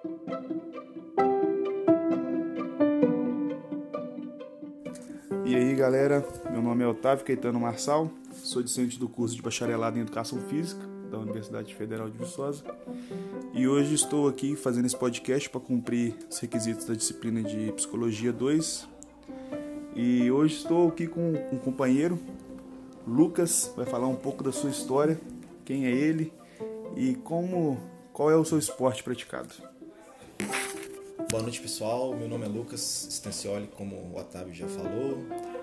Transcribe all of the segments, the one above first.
E aí galera, meu nome é Otávio Caetano Marçal, sou discente do curso de Bacharelado em Educação Física da Universidade Federal de Viçosa e hoje estou aqui fazendo esse podcast para cumprir os requisitos da disciplina de Psicologia 2 e hoje estou aqui com um companheiro, Lucas, vai falar um pouco da sua história, quem é ele e qual é o seu esporte praticado. Boa noite, pessoal. Meu nome é Lucas Stancioli, como o Otávio já falou.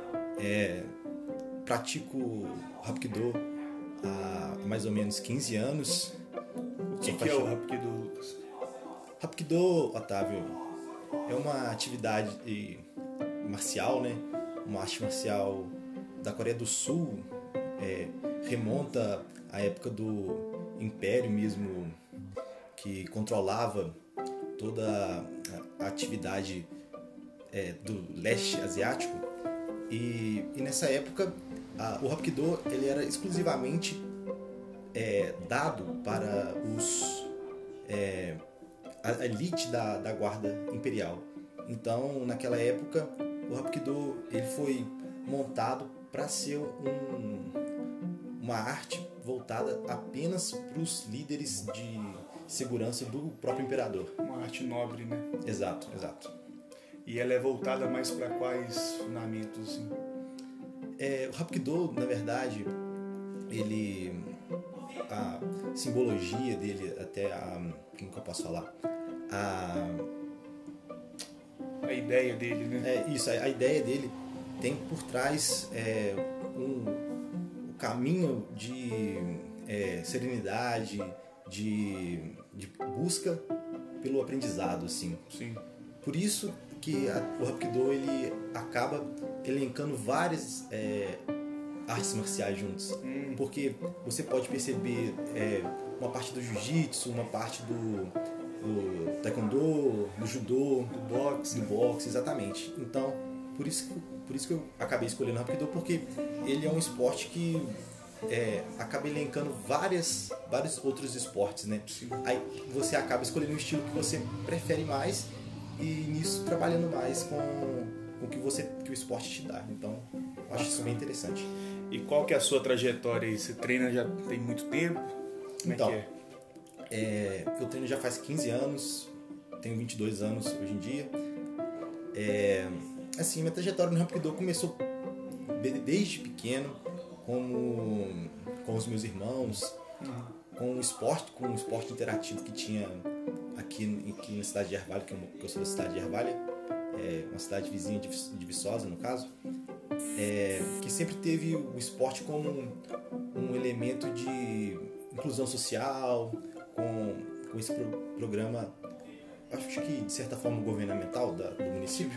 Pratico Hapkido há mais ou menos 15 anos. O que é o Hapkido, Lucas? Hapkido, Otávio, é uma atividade marcial, né? Uma arte marcial da Coreia do Sul. Remonta à época do Império mesmo, que controlava toda a atividade do leste asiático e nessa época o Hapkido ele era exclusivamente dado para a elite da guarda imperial. Então naquela época o Hapkido ele foi montado para ser uma arte voltada apenas para os líderes de segurança do próprio imperador. Uma arte nobre, né? Exato. E ela é voltada mais para quais fundamentos, assim? O Hapkido, na verdade, a simbologia dele, até como que eu posso falar? A ideia dele, né? A ideia dele tem por trás um caminho de serenidade, de busca pelo aprendizado, assim. Sim. Por isso que o Hapkido ele acaba elencando várias artes marciais juntos. Porque você pode perceber uma parte do jiu-jitsu, uma parte do taekwondo, do judô, do boxe, exatamente. Então, por isso que eu acabei escolhendo o Hapkido, porque ele é um esporte que acaba elencando vários outros esportes, né? Aí você acaba escolhendo um estilo que você prefere mais e nisso trabalhando mais com o que o esporte te dá. Então, eu acho isso bem interessante. E qual que é a sua trajetória aí? Você treina já tem muito tempo? Como então, é que é? Eu treino já faz 15 anos, tenho 22 anos hoje em dia. Assim, minha trajetória no Hapkido começou desde pequeno, com os meus irmãos, com um esporte interativo que tinha aqui na cidade de Ervalha, que eu sou da cidade de Ervalha, uma cidade vizinha de Viçosa, no caso, que sempre teve o esporte como um elemento de inclusão social, com esse programa, acho que de certa forma governamental do município,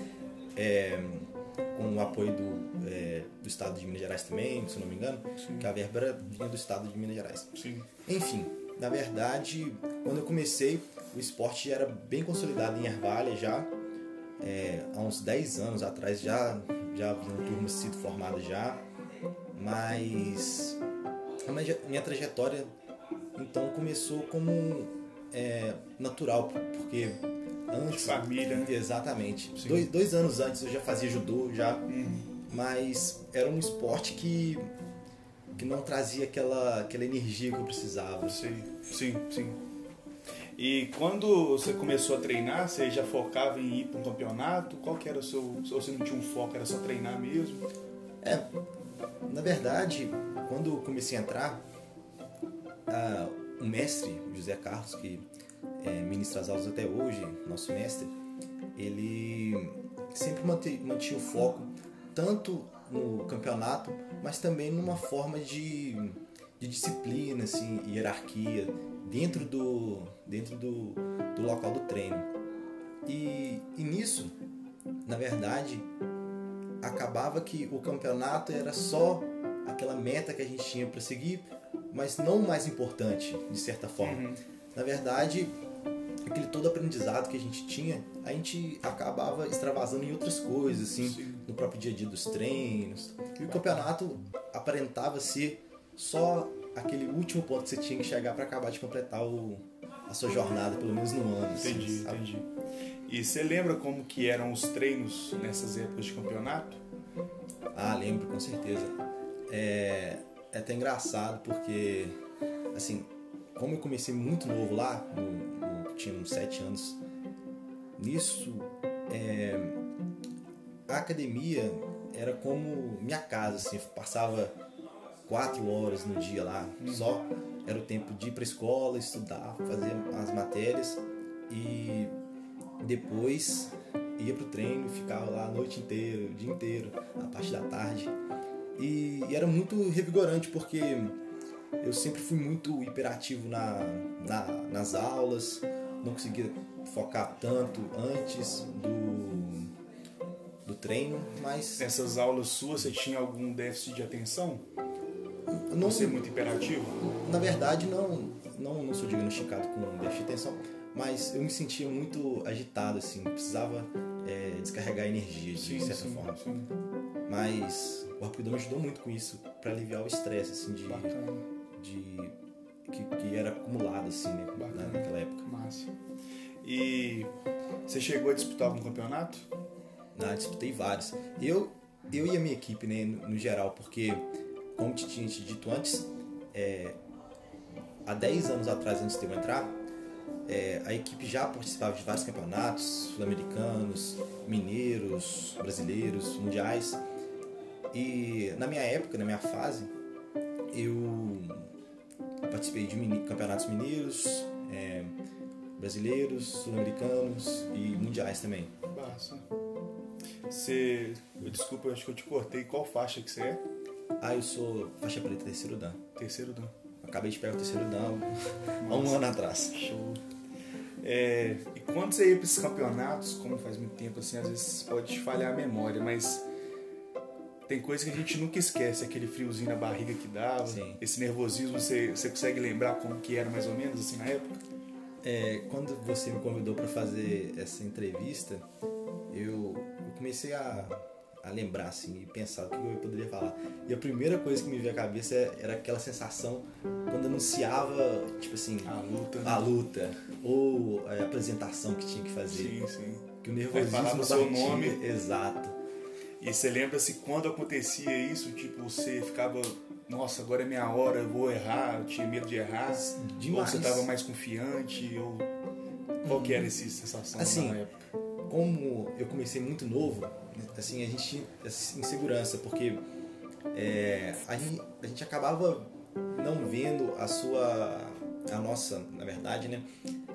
com o apoio do estado de Minas Gerais também, se não me engano. Sim. Que a verba vinha do estado de Minas Gerais. Sim. Enfim, na verdade, quando eu comecei, o esporte era bem consolidado em Ervalha já. Há uns 10 anos atrás já haviam turmas sido formadas já, mas a minha trajetória então começou como natural, porque antes... De família, né? Exatamente. Sim. 2 anos antes eu já fazia judô, mas era um esporte que não trazia aquela energia que eu precisava. Sim. E quando você começou a treinar, você já focava em ir para um campeonato? Qual que era o seu... Ou você não tinha um foco, era só treinar mesmo? Na verdade, quando eu comecei a entrar, o mestre, José Carlos, que ministra as aulas até hoje, nosso mestre, ele sempre mantinha o foco tanto no campeonato, mas também numa forma de disciplina, assim, hierarquia dentro do local do treino. E nisso, na verdade, acabava que o campeonato era só aquela meta que a gente tinha para seguir, mas não o mais importante, de certa forma. Na verdade, aquele todo aprendizado que a gente acabava extravasando em outras coisas, assim, no próprio dia a dia dos treinos. E o campeonato aparentava ser só aquele último ponto que você tinha que chegar para acabar de completar o a sua jornada, pelo menos no ano. Entendi, assim, sabe? entendi. E você lembra como que eram os treinos nessas épocas de campeonato? Ah, lembro, com certeza. É até engraçado porque, assim, como eu comecei muito novo lá, tinha uns 7 anos, nisso, a academia era como minha casa, assim, eu passava 4 horas no dia lá, só era o tempo de ir pra escola, estudar, fazer as matérias e depois ia pro treino, ficava lá a noite inteira, o dia inteiro, a parte da tarde. E era muito revigorante porque eu sempre fui muito hiperativo nas aulas, não conseguia focar tanto antes do treino, mas... Nessas aulas suas, você tinha algum déficit de atenção? Não, Você é muito hiperativo? na verdade, não sou diagnosticado com déficit de atenção, mas eu me sentia muito agitado, assim, precisava descarregar energia de certa forma. Sim. Mas o Rapidão me ajudou muito com isso, para aliviar o estresse, assim, que era acumulado, assim, né, naquela época. Massa. E você chegou a disputar algum campeonato? Disputei vários. Eu e a minha equipe, né, no geral, porque, como te tinha te dito antes, há 10 anos atrás, antes de eu entrar, a equipe já participava de vários campeonatos sul-americanos, mineiros, brasileiros, mundiais. E na minha época, na minha fase, eu participei de campeonatos mineiros, brasileiros, sul-americanos e mundiais também. Massa. Desculpa, eu acho que eu te cortei. Qual faixa que você é? Eu sou faixa preta, terceiro dan. Terceiro dan. Acabei de pegar o terceiro dan há um ano atrás. Show. E quando você ia para esses campeonatos, como faz muito tempo, assim, às vezes pode te falhar a memória, mas tem coisa que a gente nunca esquece, aquele friozinho na barriga que dava, Sim. Esse nervosismo, você consegue lembrar como que era mais ou menos assim na época? Quando você me convidou para fazer essa entrevista, eu comecei a lembrar assim, e pensar o que eu poderia falar. E a primeira coisa que me veio à cabeça era aquela sensação quando anunciava, tipo assim, a luta ou a apresentação que tinha que fazer. Sim. Que o nervosismo falava o seu nome. Exato. E você lembra se quando acontecia isso, tipo, você ficava, nossa, agora é minha hora, eu vou errar, eu tinha medo de errar? Demais. Ou você estava mais confiante? Ou qual que era essa sensação assim, na época? Como eu comecei muito novo, assim, a gente tinha essa insegurança, porque a gente acabava não vendo a nossa, na verdade, né,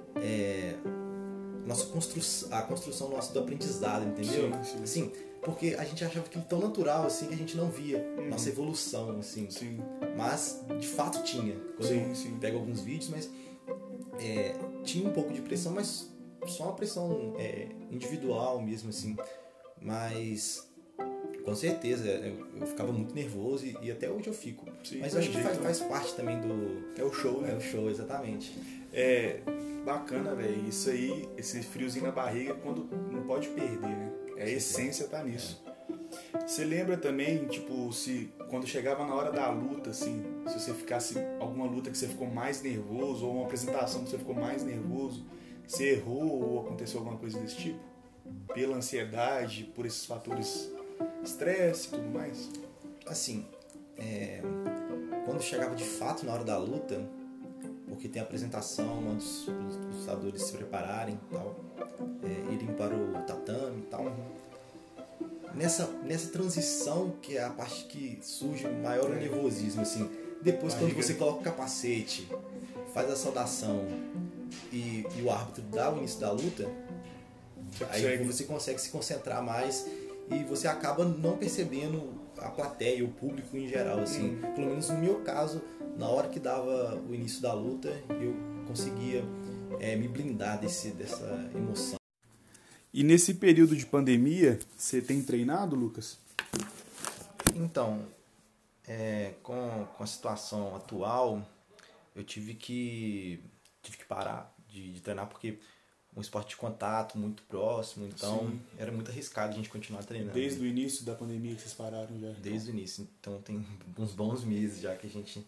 a construção nossa do aprendizado, entendeu? Sim. Assim, porque a gente achava aquilo tão natural, assim, que a gente não via nossa evolução, assim. Sim. Mas, de fato, tinha. Quando eu pego alguns vídeos, mas tinha um pouco de pressão, mas só uma pressão individual mesmo, assim. Mas, com certeza, eu ficava muito nervoso e até hoje eu fico. Sim, mas eu acho que faz parte também do... É o show, né? É o show, exatamente. Bacana, velho. Isso aí, esse friozinho na barriga, quando não pode perder, né? A essência tá nisso. Você lembra também, tipo, quando chegava na hora da luta, assim, se você ficasse alguma luta que você ficou mais nervoso, ou uma apresentação que você ficou mais nervoso, você errou ou aconteceu alguma coisa desse tipo? Pela ansiedade, por esses fatores estresse e tudo mais? Assim, quando chegava de fato na hora da luta, porque tem a apresentação, onde os lutadores se prepararem e tal, irem para o tatame e tal. Nessa transição, que é a parte que surge o maior nervosismo, assim. Depois, quando você coloca o capacete, faz a saudação e o árbitro dá o início da luta, aí você consegue se concentrar mais e você acaba não percebendo a plateia, o público em geral, assim. Pelo menos no meu caso, na hora que dava o início da luta, eu conseguia me blindar dessa emoção. E nesse período de pandemia, você tem treinado, Lucas? Então, com a situação atual, eu tive que parar de treinar porque um esporte de contato muito próximo, então era muito arriscado a gente continuar treinando. Desde o início da pandemia que vocês pararam já? Desde o início, então tem uns bons meses já que a gente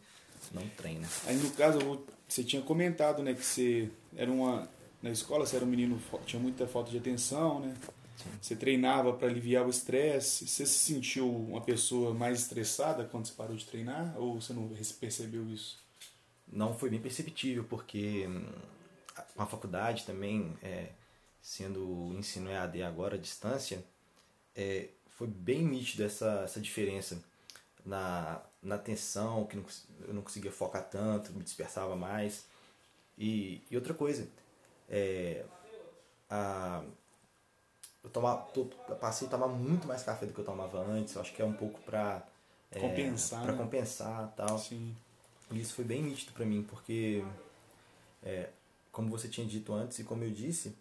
não treina. Aí no caso, você tinha comentado, né, que você era na escola você era um menino, tinha muita falta de atenção, né? Sim. Você treinava para aliviar o estresse. Você se sentiu uma pessoa mais estressada quando você parou de treinar? Ou você não percebeu isso? Não foi bem perceptível, porque a faculdade também, sendo o ensino EAD agora à distância, foi bem nítida essa diferença na atenção, que eu não conseguia focar tanto, me dispersava mais. E outra coisa, passei a tomar muito mais café do que eu tomava antes. Eu acho que é um pouco para Compensar, né? compensar, tal. Sim. E isso foi bem nítido para mim, porque como você tinha dito antes e como eu disse,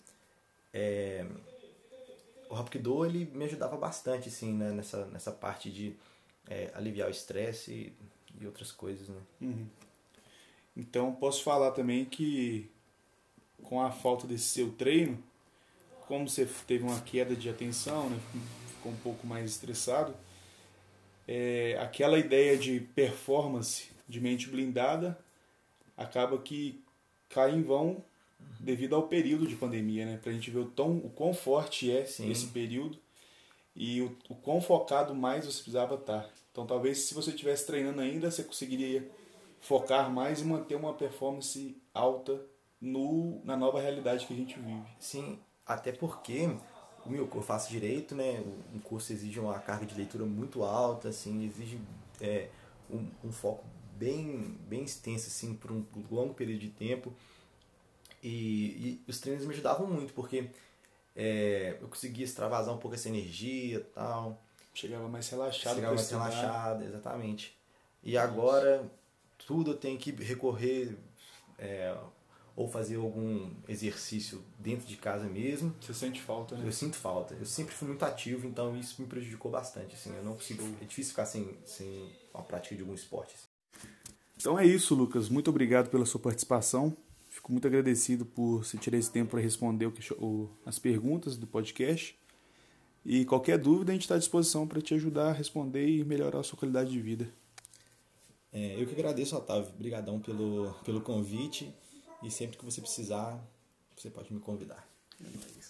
o Hapkido ele me ajudava bastante, assim, né, nessa parte de aliviar o estresse e outras coisas, né? Uhum. Então posso falar também que com a falta desse seu treino, como você teve uma queda de atenção, né, ficou um pouco mais estressado, aquela ideia de performance, de mente blindada, acaba que cai em vão devido ao período de pandemia, né? Pra gente ver o quão forte é Sim. esse período e o quão focado mais você precisava estar. Então talvez se você estivesse treinando ainda, você conseguiria focar mais e manter uma performance alta na nova realidade que a gente vive. Sim, até porque eu faço direito, né? Um curso exige uma carga de leitura muito alta, assim, exige um foco bem extenso, assim, por um longo período de tempo. E os treinos me ajudavam muito, porque eu conseguia extravasar um pouco essa energia e tal. Chegava mais relaxado. Chegava mais relaxado, exatamente. E agora tudo eu tenho que recorrer ou fazer algum exercício dentro de casa mesmo. Você sente falta, né? Eu sinto falta. Eu sempre fui muito ativo, então isso me prejudicou bastante. Assim, eu não consigo. É difícil ficar sem a prática de algum esporte. Então é isso, Lucas. Muito obrigado pela sua participação. Fico muito agradecido por você tirar esse tempo para responder as perguntas do podcast. E qualquer dúvida, a gente está à disposição para te ajudar a responder e melhorar a sua qualidade de vida. Eu que agradeço, Otávio. Obrigadão pelo convite. E sempre que você precisar, você pode me convidar.